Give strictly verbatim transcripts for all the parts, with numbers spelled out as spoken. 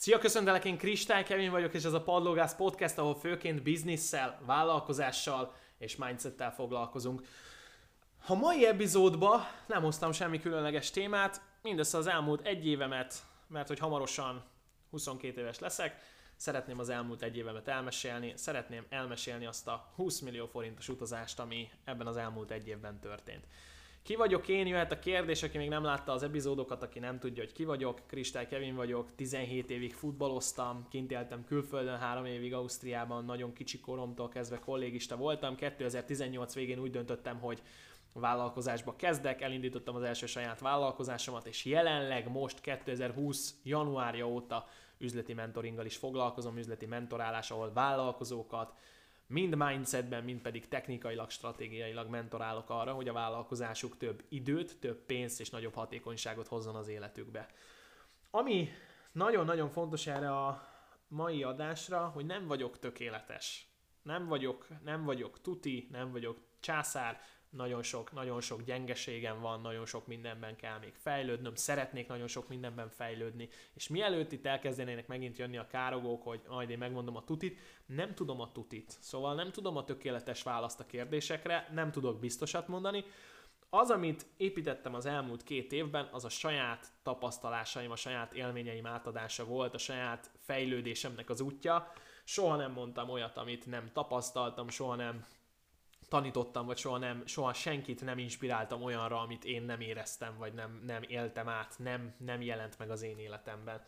Szia, köszöntelek, én Kristály Kevin vagyok, és ez a Padlógász Podcast, ahol főként bizniszsel, vállalkozással és mindsettel foglalkozunk. A mai epizódban nem hoztam semmi különleges témát, mindössze az elmúlt egy évemet, mert hogy hamarosan huszonkét éves leszek, szeretném az elmúlt egy évemet elmesélni, szeretném elmesélni azt a húsz millió forintos utazást, ami ebben az elmúlt egy évben történt. Ki vagyok én? Jöhet a kérdés, aki még nem látta az epizódokat, aki nem tudja, hogy ki vagyok. Kristály Kevin vagyok, tizenhét évig futballoztam, kint éltem külföldön, három évig Ausztriában, nagyon kicsi koromtól kezdve kollégista voltam. kétezer-tizennyolc végén úgy döntöttem, hogy vállalkozásba kezdek, elindítottam az első saját vállalkozásomat, és jelenleg most kétezer-húsz januárja óta üzleti mentoringgal is foglalkozom, üzleti mentorálás, ahol vállalkozókat mind mindsetben, mind pedig technikailag, stratégiailag mentorálok arra, hogy a vállalkozásuk több időt, több pénzt és nagyobb hatékonyságot hozzon az életükbe. Ami nagyon-nagyon fontos erre a mai adásra, hogy nem vagyok tökéletes. Nem vagyok, nem vagyok tuti, nem vagyok császár, nagyon sok, nagyon sok gyengeségem van, nagyon sok mindenben kell még fejlődnöm, szeretnék nagyon sok mindenben fejlődni, és mielőtt itt elkezdenének megint jönni a károgók, hogy majd én megmondom a tutit, nem tudom a tutit, szóval nem tudom a tökéletes választ a kérdésekre, nem tudok biztosat mondani. Az, amit építettem az elmúlt két évben, az a saját tapasztalásaim, a saját élményeim átadása volt, a saját fejlődésemnek az útja. Soha nem mondtam olyat, amit nem tapasztaltam, soha nem tanítottam, vagy soha, nem, soha senkit nem inspiráltam olyanra, amit én nem éreztem, vagy nem, nem éltem át, nem, nem jelent meg az én életemben.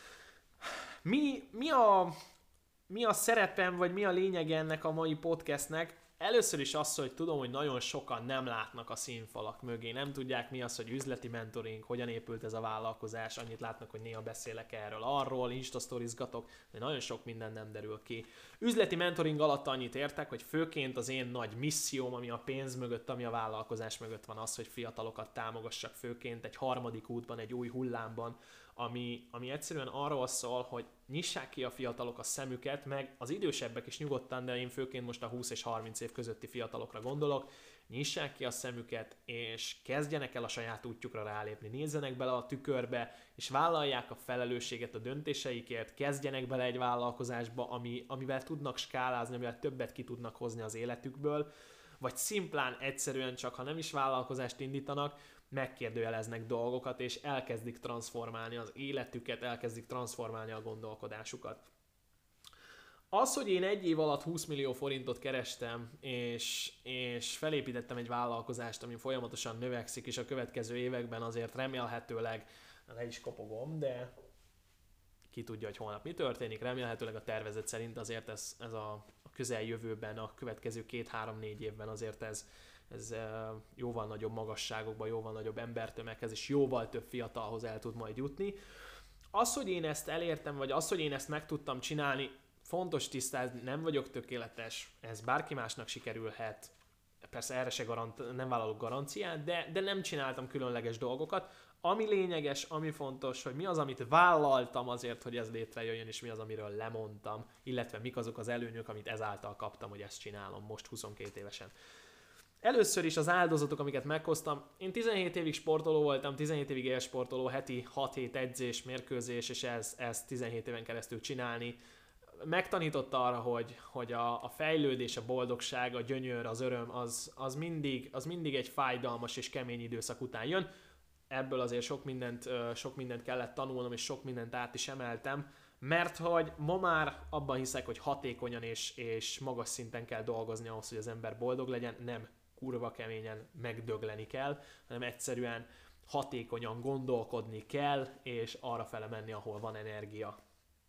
Mi, mi, a, mi a szerepem, vagy mi a lényege ennek a mai podcastnek? Először is az, hogy tudom, hogy nagyon sokan nem látnak a színfalak mögé, nem tudják mi az, hogy üzleti mentoring, hogyan épült ez a vállalkozás, annyit látnak, hogy néha beszélek erről, arról, instasztorizgatok, de nagyon sok minden nem derül ki. Üzleti mentoring alatt annyit értek, hogy főként az én nagy misszióm, ami a pénz mögött, ami a vállalkozás mögött van, az, hogy fiatalokat támogassak főként egy harmadik útban, egy új hullámban, ami, ami egyszerűen arról szól, hogy nyissák ki a fiatalok a szemüket, meg az idősebbek is nyugodtan, de én főként most a húsz és harminc év közötti fiatalokra gondolok, nyissák ki a szemüket, és kezdjenek el a saját útjukra rálépni, nézzenek bele a tükörbe, és vállalják a felelősséget a döntéseikért, kezdjenek bele egy vállalkozásba, ami, amivel tudnak skálázni, amivel többet ki tudnak hozni az életükből, vagy szimplán egyszerűen csak, ha nem is vállalkozást indítanak, megkérdőjeleznek dolgokat, és elkezdik transformálni az életüket, elkezdik transformálni a gondolkodásukat. Az, hogy én egy év alatt húsz millió forintot kerestem, és, és felépítettem egy vállalkozást, ami folyamatosan növekszik, és a következő években azért remélhetőleg, le is kopogom, de ki tudja, hogy holnap mi történik, remélhetőleg a tervezet szerint azért ez, ez a, a közeljövőben, a következő két-három-négy évben azért ez, ez jóval nagyobb magasságokban, jóval nagyobb embertömeghez és jóval több fiatalhoz el tud majd jutni. Az, hogy én ezt elértem, vagy az, hogy én ezt meg tudtam csinálni, fontos tisztázni, nem vagyok tökéletes, ez bárki másnak sikerülhet, persze erre se garant, nem vállalok garanciát, de, de nem csináltam különleges dolgokat. Ami lényeges, ami fontos, hogy mi az, amit vállaltam azért, hogy ez létrejöjjön, és mi az, amiről lemondtam, illetve mik azok az előnyök, amit ezáltal kaptam, hogy ezt csinálom most huszonkét évesen. Először is az áldozatok, amiket meghoztam. Én tizenhét évig sportoló voltam, tizenhét évig élsportoló, heti hat hét edzés, mérkőzés, és ezt ez tizenhét éven keresztül csinálni. Megtanította arra, hogy, hogy a, a fejlődés, a boldogság, a gyönyör, az öröm, az, az, mindig, az mindig egy fájdalmas és kemény időszak után jön. Ebből azért sok mindent, sok mindent kellett tanulnom, és sok mindent át is emeltem, mert hogy ma már abban hiszek, hogy hatékonyan és, és magas szinten kell dolgozni ahhoz, hogy az ember boldog legyen, nem kurva keményen megdögleni kell, hanem egyszerűen hatékonyan gondolkodni kell, és arra fele menni, ahol van energia.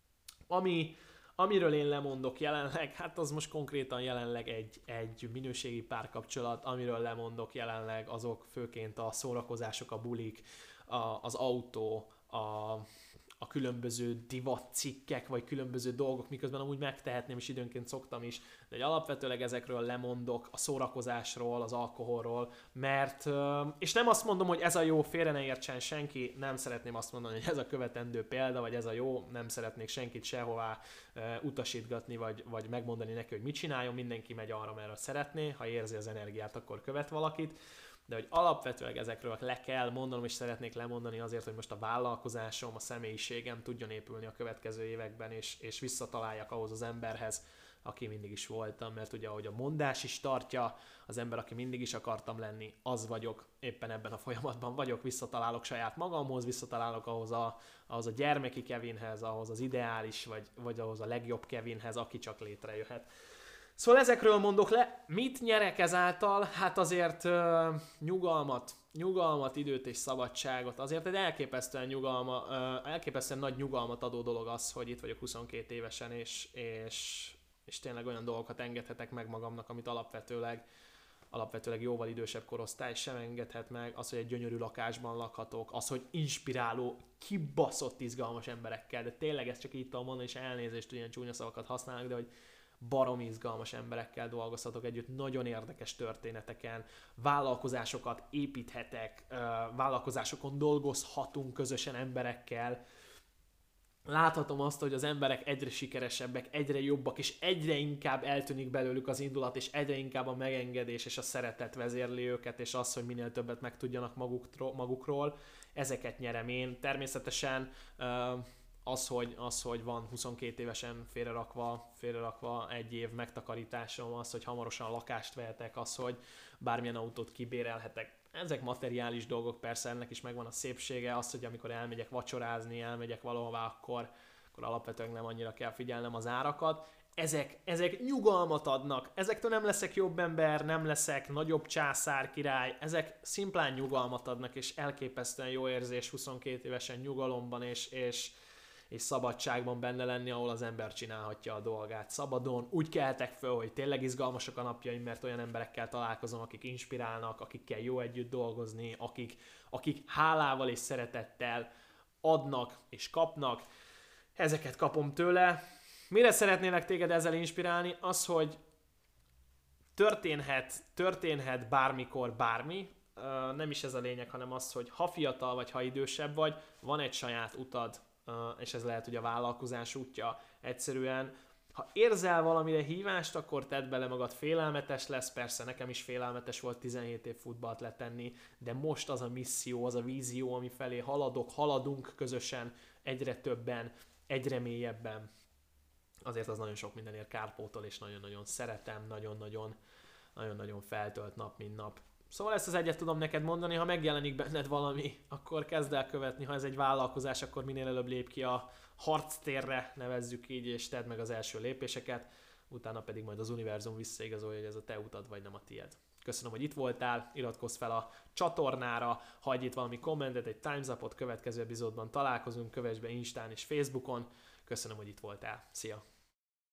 Ami, amiről én lemondok jelenleg, hát az most konkrétan jelenleg egy, egy minőségi párkapcsolat, amiről lemondok jelenleg, azok főként a szórakozások, a bulik, a, az autó, a, a különböző divatcikkek, vagy különböző dolgok, miközben amúgy megtehetném, és időnként szoktam is, de egy alapvetőleg ezekről lemondok, a szórakozásról, az alkoholról, mert, és nem azt mondom, hogy ez a jó, félre ne értsen senki, nem szeretném azt mondani, hogy ez a követendő példa, vagy ez a jó, nem szeretnék senkit sehová utasítgatni, vagy, vagy megmondani neki, hogy mit csináljon, mindenki megy arra, merre szeretné, ha érzi az energiát, akkor követ valakit. de hogy alapvetően ezekről le kell mondanom, és szeretnék lemondani azért, hogy most a vállalkozásom, a személyiségem tudjon épülni a következő években, és, és visszataláljak ahhoz az emberhez, aki mindig is voltam, mert ugye ahogy a mondás is tartja, az ember, aki mindig is akartam lenni, az vagyok, éppen ebben a folyamatban vagyok, visszatalálok saját magamhoz, visszatalálok ahhoz a, ahhoz a gyermeki Kevinhez, ahhoz az ideális, vagy, vagy ahhoz a legjobb Kevinhez, aki csak létrejöhet. Szóval ezekről mondok le, mit nyerek ezáltal? Hát azért uh, nyugalmat, nyugalmat, időt és szabadságot. Azért egy elképesztően, nyugalma, uh, elképesztően nagy nyugalmat adó dolog az, hogy itt vagyok huszonkét évesen, és, és, és tényleg olyan dolgokat engedhetek meg magamnak, amit alapvetőleg, alapvetőleg jóval idősebb korosztály sem engedhet meg. Az, hogy egy gyönyörű lakásban lakhatok, az, hogy inspiráló, kibaszott izgalmas emberekkel, de tényleg ezt csak így tudom mondani, és elnézést, hogy ilyen csúnya szavakat használnak, de hogy baromi izgalmas emberekkel dolgozhatok együtt, nagyon érdekes történeteken, vállalkozásokat építhetek, vállalkozásokon dolgozhatunk közösen emberekkel. Láthatom azt, hogy az emberek egyre sikeresebbek, egyre jobbak, és egyre inkább eltűnik belőlük az indulat, és egyre inkább a megengedés és a szeretet vezérli őket, és az, hogy minél többet megtudjanak magukról. Ezeket nyerem én. Természetesen Az hogy, az, hogy van huszonkét évesen félrerakva, félrerakva egy év megtakarításom, az, hogy hamarosan lakást vehetek, az, hogy bármilyen autót kibérelhetek. Ezek materiális dolgok, persze ennek is megvan a szépsége, az, hogy amikor elmegyek vacsorázni, elmegyek valahová, akkor, akkor alapvetően nem annyira kell figyelnem az árakat. Ezek, ezek nyugalmat adnak, ezektől nem leszek jobb ember, nem leszek nagyobb császár király, ezek szimplán nyugalmat adnak, és elképesztően jó érzés huszonkét évesen nyugalomban, és, és és szabadságban benne lenni, ahol az ember csinálhatja a dolgát szabadon. Úgy keltek föl, hogy tényleg izgalmasak a napjaim, mert olyan emberekkel találkozom, akik inspirálnak, akikkel jó együtt dolgozni, akik, akik hálával és szeretettel adnak és kapnak. Ezeket kapom tőle. Mire szeretnélek téged ezzel inspirálni? Az, hogy történhet, történhet bármikor bármi, nem is ez a lényeg, hanem az, hogy ha fiatal vagy, ha idősebb vagy, van egy saját utad, és ez lehet, hogy a vállalkozás útja. Egyszerűen, ha érzel valamire hívást, akkor tedd bele magad, félelmetes lesz, persze nekem is félelmetes volt tizenhét év futballt letenni, de most az a misszió, az a vízió, ami felé haladok, haladunk közösen, egyre többen, egyre mélyebben. Azért az nagyon sok mindenért kárpótol, és nagyon-nagyon szeretem, nagyon-nagyon, nagyon-nagyon feltölt nap, mint nap. Szóval ezt az egyet tudom neked mondani, ha megjelenik benned valami, akkor kezd el követni, ha ez egy vállalkozás, akkor minél előbb lép ki a harctérre, nevezzük így, és tedd meg az első lépéseket, utána pedig majd az univerzum visszaigazolja, hogy ez a te utad, vagy nem a tied. Köszönöm, hogy itt voltál, iratkozz fel a csatornára, hagyj itt valami kommentet, egy Time's Up-ot, következő epizódban találkozunk, kövess be Instán és Facebookon. Köszönöm, hogy itt voltál. Szia!